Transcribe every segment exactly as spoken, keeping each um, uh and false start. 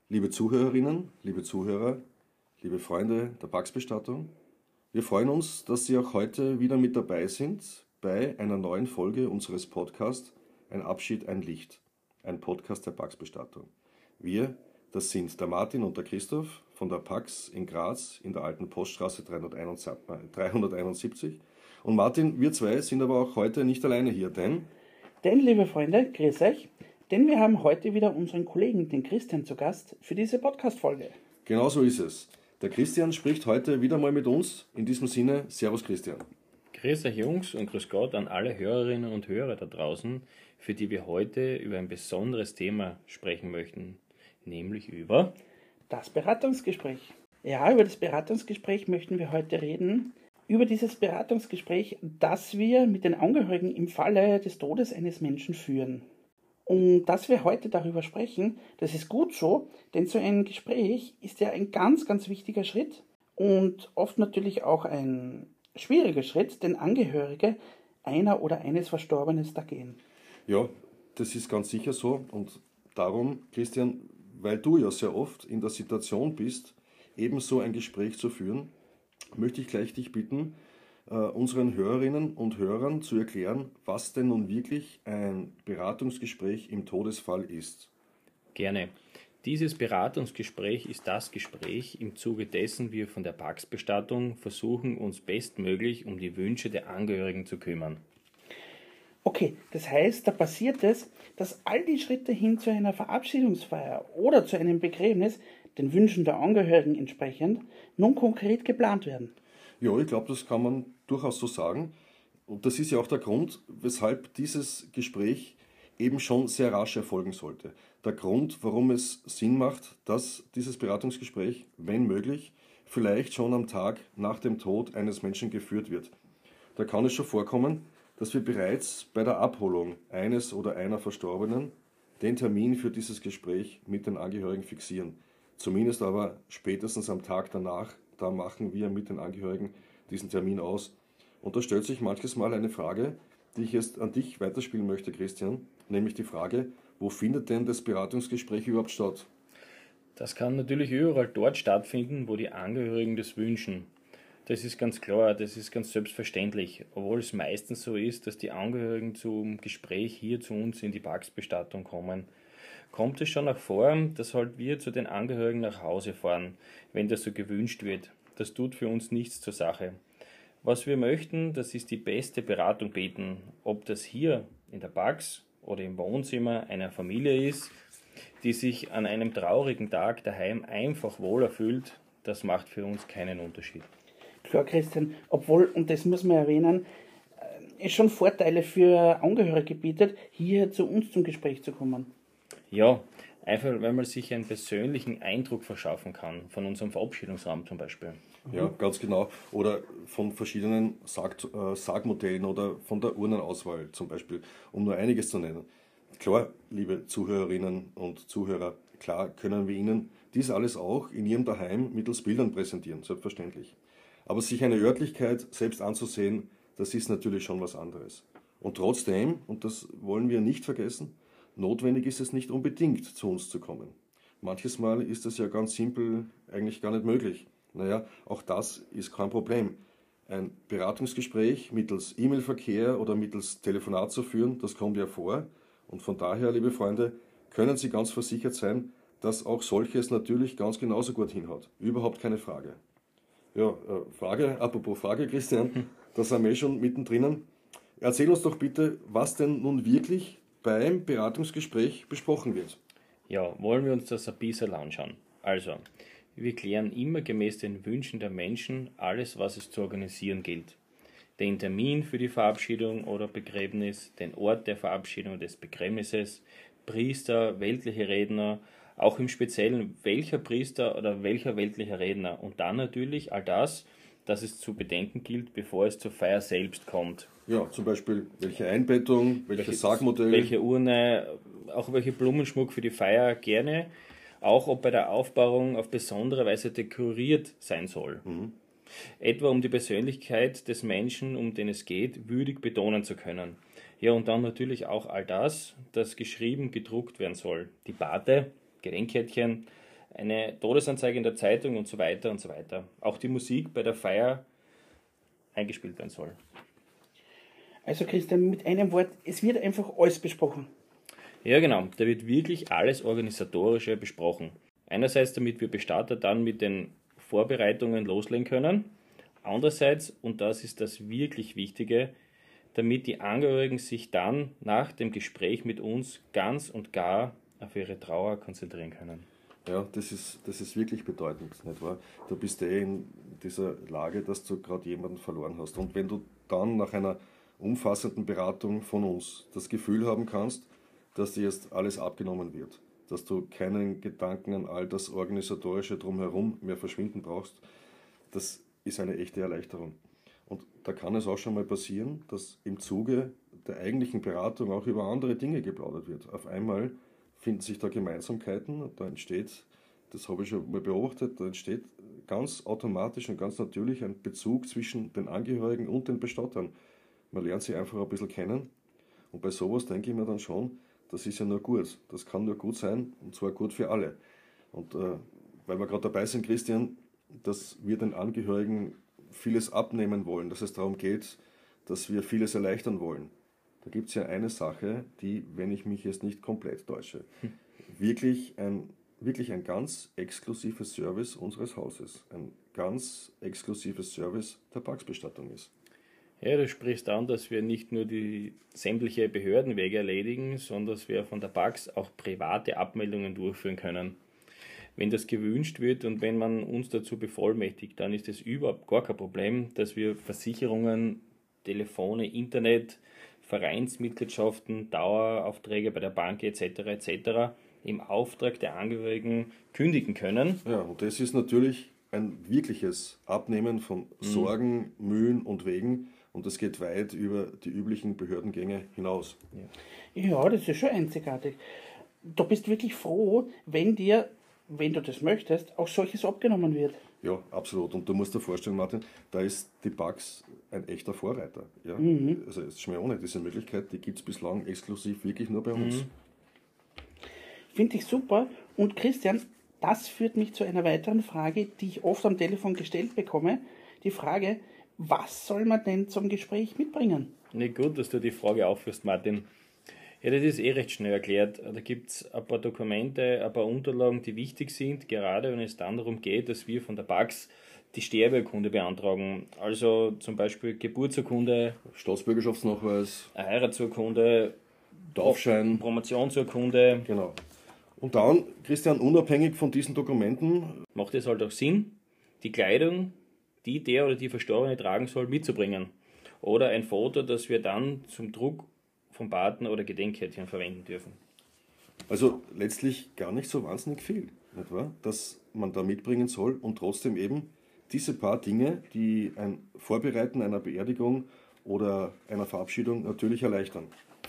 Liebe Zuhörerinnen, liebe Zuhörer, liebe Freunde der Pax-Bestattung, wir freuen uns, dass Sie auch heute wieder mit dabei sind bei einer neuen Folge unseres Podcasts Ein Abschied, ein Licht, ein Podcast der Pax-Bestattung. Wir, das sind der Martin und der Christoph von der Pax in Graz in der alten Poststraße dreihunderteinundsiebzig. Und Martin, wir zwei sind aber auch heute nicht alleine hier, denn... Denn, liebe Freunde, grüß euch, denn wir haben heute wieder unseren Kollegen, den Christian, zu Gast für diese Podcast-Folge. Genau so ist es. Der Christian spricht heute wieder mal mit uns. In diesem Sinne, Servus Christian. Grüß euch Jungs und grüß Gott an alle Hörerinnen und Hörer da draußen, für die wir heute über ein besonderes Thema sprechen möchten, nämlich über... Das Beratungsgespräch. Ja, über das Beratungsgespräch möchten wir heute reden. Über dieses Beratungsgespräch, das wir mit den Angehörigen im Falle des Todes eines Menschen führen. Und dass wir heute darüber sprechen, das ist gut so, denn so ein Gespräch ist ja ein ganz, ganz wichtiger Schritt und oft natürlich auch ein schwieriger Schritt, denn Angehörige einer oder eines Verstorbenen da gehen. Ja, das ist ganz sicher so und darum, Christian, weil du ja sehr oft in der Situation bist, ebenso ein Gespräch zu führen, möchte ich gleich dich bitten, äh, unseren Hörerinnen und Hörern zu erklären, was denn nun wirklich ein Beratungsgespräch im Todesfall ist. Gerne. Dieses Beratungsgespräch ist das Gespräch, im Zuge dessen wir von der Pax-Bestattung versuchen, uns bestmöglich um die Wünsche der Angehörigen zu kümmern. Okay, das heißt, da passiert es, dass all die Schritte hin zu einer Verabschiedungsfeier oder zu einem Begräbnis den Wünschen der Angehörigen entsprechend nun konkret geplant werden. Ja, ich glaube, das kann man durchaus so sagen. Und das ist ja auch der Grund, weshalb dieses Gespräch eben schon sehr rasch erfolgen sollte. Der Grund, warum es Sinn macht, dass dieses Beratungsgespräch, wenn möglich, vielleicht schon am Tag nach dem Tod eines Menschen geführt wird. Da kann es schon vorkommen, dass wir bereits bei der Abholung eines oder einer Verstorbenen den Termin für dieses Gespräch mit den Angehörigen fixieren. Zumindest aber spätestens am Tag danach, da machen wir mit den Angehörigen diesen Termin aus. Und da stellt sich manches Mal eine Frage, die ich jetzt an dich weiterspielen möchte, Christian, nämlich die Frage, wo findet denn das Beratungsgespräch überhaupt statt? Das kann natürlich überall dort stattfinden, wo die Angehörigen das wünschen. Das ist ganz klar, das ist ganz selbstverständlich, obwohl es meistens so ist, dass die Angehörigen zum Gespräch hier zu uns in die Pax-Bestattung kommen. Kommt es schon auch vor, dass halt wir zu den Angehörigen nach Hause fahren, wenn das so gewünscht wird. Das tut für uns nichts zur Sache. Was wir möchten, das ist die beste Beratung bieten, ob das hier in der Pax oder im Wohnzimmer einer Familie ist, die sich an einem traurigen Tag daheim einfach wohler fühlt, das macht für uns keinen Unterschied. Klar, Christian, obwohl, und das muss man erwähnen, es schon Vorteile für Angehörige bietet, hier zu uns zum Gespräch zu kommen. Ja, einfach weil man sich einen persönlichen Eindruck verschaffen kann, von unserem Verabschiedungsraum zum Beispiel. Ja, ganz genau. Oder von verschiedenen Sarg, äh, Sargmodellen oder von der Urnenauswahl zum Beispiel, um nur einiges zu nennen. Klar, liebe Zuhörerinnen und Zuhörer, klar können wir Ihnen dies alles auch in Ihrem Daheim mittels Bildern präsentieren, selbstverständlich. Aber sich eine Örtlichkeit selbst anzusehen, das ist natürlich schon was anderes. Und trotzdem, und das wollen wir nicht vergessen, notwendig ist es nicht unbedingt, zu uns zu kommen. Manches Mal ist es ja ganz simpel eigentlich gar nicht möglich. Naja, auch das ist kein Problem. Ein Beratungsgespräch mittels E-Mail-Verkehr oder mittels Telefonat zu führen, das kommt ja vor. Und von daher, liebe Freunde, können Sie ganz versichert sein, dass auch solches natürlich ganz genauso gut hinhaut. Überhaupt keine Frage. Ja, äh, Frage, apropos Frage, Christian, da sind wir eh schon mittendrin. Erzähl uns doch bitte, was denn nun wirklich beim Beratungsgespräch besprochen wird. Ja, wollen wir uns das ein bisschen anschauen. Also, wir klären immer gemäß den Wünschen der Menschen alles, was es zu organisieren gilt. Den Termin für die Verabschiedung oder Begräbnis, den Ort der Verabschiedung des Begräbnisses, Priester, weltliche Redner, auch im Speziellen welcher Priester oder welcher weltlicher Redner und dann natürlich all das, das es zu bedenken gilt, bevor es zur Feier selbst kommt. Ja, zum Beispiel welche Einbettung, welches welche, Sargmodell. Welche Urne, auch welche Blumenschmuck für die Feier gerne, auch ob bei der Aufbauung auf besondere Weise dekoriert sein soll. Mhm. Etwa um die Persönlichkeit des Menschen, um den es geht, würdig betonen zu können. Ja, und dann natürlich auch all das, das geschrieben, gedruckt werden soll. Die Barte, Gedenkkärtchen, eine Todesanzeige in der Zeitung und so weiter und so weiter. Auch die Musik bei der Feier eingespielt werden soll. Also Christian, mit einem Wort, es wird einfach alles besprochen. Ja genau, da wird wirklich alles Organisatorische besprochen. Einerseits, damit wir Bestatter dann mit den Vorbereitungen loslegen können. Andererseits, und das ist das wirklich Wichtige, damit die Angehörigen sich dann nach dem Gespräch mit uns ganz und gar auf ihre Trauer konzentrieren können. Ja, das ist, das ist wirklich bedeutend, nicht wahr? Du bist eh in dieser Lage, dass du gerade jemanden verloren hast. Und wenn du dann nach einer umfassenden Beratung von uns das Gefühl haben kannst, dass dir jetzt alles abgenommen wird, dass du keinen Gedanken an all das Organisatorische drumherum mehr verschwinden brauchst, das ist eine echte Erleichterung. Und da kann es auch schon mal passieren, dass im Zuge der eigentlichen Beratung auch über andere Dinge geplaudert wird. Auf einmal finden sich da Gemeinsamkeiten, da entsteht, das habe ich schon mal beobachtet, da entsteht ganz automatisch und ganz natürlich ein Bezug zwischen den Angehörigen und den Bestattern. Man lernt sie einfach ein bisschen kennen und bei sowas denke ich mir dann schon, das ist ja nur gut, das kann nur gut sein und zwar gut für alle. Und äh, weil wir gerade dabei sind, Christian, dass wir den Angehörigen vieles abnehmen wollen, dass es darum geht, dass wir vieles erleichtern wollen. Da gibt es ja eine Sache, die, wenn ich mich jetzt nicht komplett täusche, wirklich ein, wirklich ein ganz exklusives Service unseres Hauses, ein ganz exklusives Service der Pax-Bestattung ist. Ja, du sprichst an, dass wir nicht nur die sämtliche Behördenwege erledigen, sondern dass wir von der Pax auch private Abmeldungen durchführen können. Wenn das gewünscht wird und wenn man uns dazu bevollmächtigt, dann ist es überhaupt gar kein Problem, dass wir Versicherungen, Telefone, Internet, Vereinsmitgliedschaften, Daueraufträge bei der Bank et cetera et cetera im Auftrag der Angehörigen kündigen können. Ja, und das ist natürlich ein wirkliches Abnehmen von Sorgen, mhm. Mühen und Wegen und das geht weit über die üblichen Behördengänge hinaus. Ja. ja, das ist schon einzigartig. Du bist wirklich froh, wenn dir, wenn du das möchtest, auch solches abgenommen wird. Ja, absolut. Und du musst dir vorstellen, Martin, da ist die Pax ein echter Vorreiter. Ja? Mhm. Also es ist schon mal ohne diese Möglichkeit, die gibt es bislang exklusiv wirklich nur bei uns. Mhm. Finde ich super. Und Christian, das führt mich zu einer weiteren Frage, die ich oft am Telefon gestellt bekomme. Die Frage, was soll man denn zum Gespräch mitbringen? Nicht gut, dass du die Frage aufführst, Martin. Ja, das ist eh recht schnell erklärt. Da gibt es ein paar Dokumente, ein paar Unterlagen, die wichtig sind, gerade wenn es dann darum geht, dass wir von der Pax die Sterbeurkunde beantragen. Also zum Beispiel Geburtsurkunde, Staatsbürgerschaftsnachweis, eine Heiratsurkunde, Taufschein, Promotionsurkunde. Genau. Und dann, Christian, unabhängig von diesen Dokumenten, macht es halt auch Sinn, die Kleidung, die der oder die Verstorbene tragen soll, mitzubringen. Oder ein Foto, das wir dann zum Druck vom Paten oder Gedenkkärtchen verwenden dürfen. Also letztlich gar nicht so wahnsinnig viel, nicht wahr? Dass man da mitbringen soll und trotzdem eben diese paar Dinge, die ein Vorbereiten einer Beerdigung oder einer Verabschiedung natürlich erleichtern.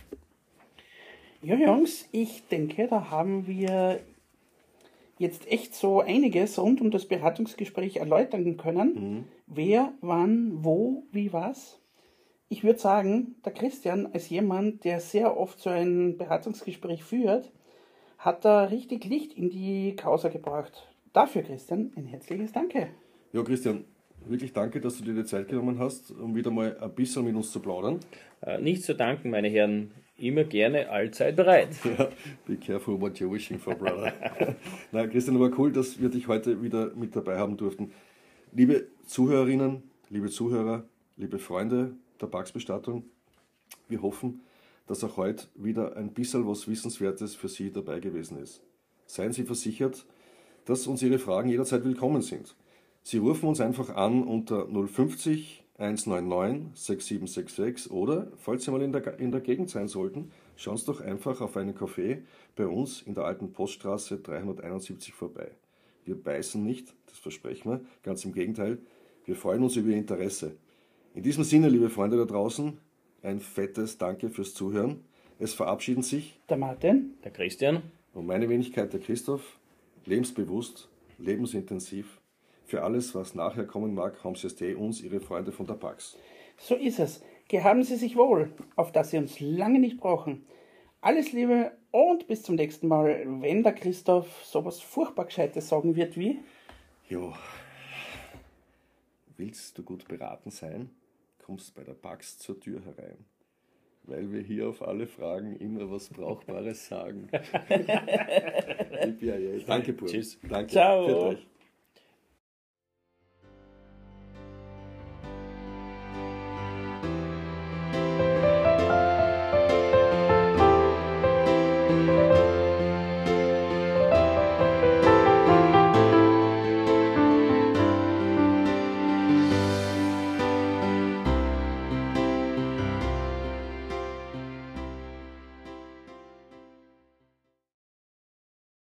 Ja, Jungs, ich denke, da haben wir jetzt echt so einiges rund um das Beratungsgespräch erläutern können. Mhm. Wer, wann, wo, wie, was. Ich würde sagen, der Christian als jemand, der sehr oft so ein Beratungsgespräch führt, hat da richtig Licht in die Causa gebracht. Dafür, Christian, ein herzliches Danke. Ja, Christian, wirklich danke, dass du dir die Zeit genommen hast, um wieder mal ein bisschen mit uns zu plaudern. Äh, nicht zu danken, meine Herren. Immer gerne, allzeit bereit. Ja, be careful what you're wishing for, brother. Na, Christian, aber cool, dass wir dich heute wieder mit dabei haben durften. Liebe Zuhörerinnen, liebe Zuhörer, liebe Freunde der Pax-Bestattung, wir hoffen, dass auch heute wieder ein bisschen was Wissenswertes für Sie dabei gewesen ist. Seien Sie versichert, dass uns Ihre Fragen jederzeit willkommen sind. Sie rufen uns einfach an unter null fünfzig eins neun neun sechs sieben sechs sechs oder, falls Sie mal in der, in der Gegend sein sollten, schauen Sie doch einfach auf einen Café bei uns in der alten Poststraße dreihunderteinundsiebzig vorbei. Wir beißen nicht, das versprechen wir, ganz im Gegenteil, wir freuen uns über Ihr Interesse. In diesem Sinne, liebe Freunde da draußen, ein fettes Danke fürs Zuhören. Es verabschieden sich der Martin, der Christian und meine Wenigkeit, der Christoph, lebensbewusst, lebensintensiv. Für alles, was nachher kommen mag, haben Sie es eh uns, Ihre Freunde von der Pax. So ist es. Gehaben Sie sich wohl, auf dass Sie uns lange nicht brauchen. Alles Liebe Und bis zum nächsten Mal, wenn der Christoph sowas furchtbar Gescheites sagen wird wie... Jo, willst du gut beraten sein, kommst bei der Bax zur Tür herein. Weil wir hier auf alle Fragen immer was Brauchbares sagen. Danke, Bub. Tschüss. Danke. Ciao. Für euch.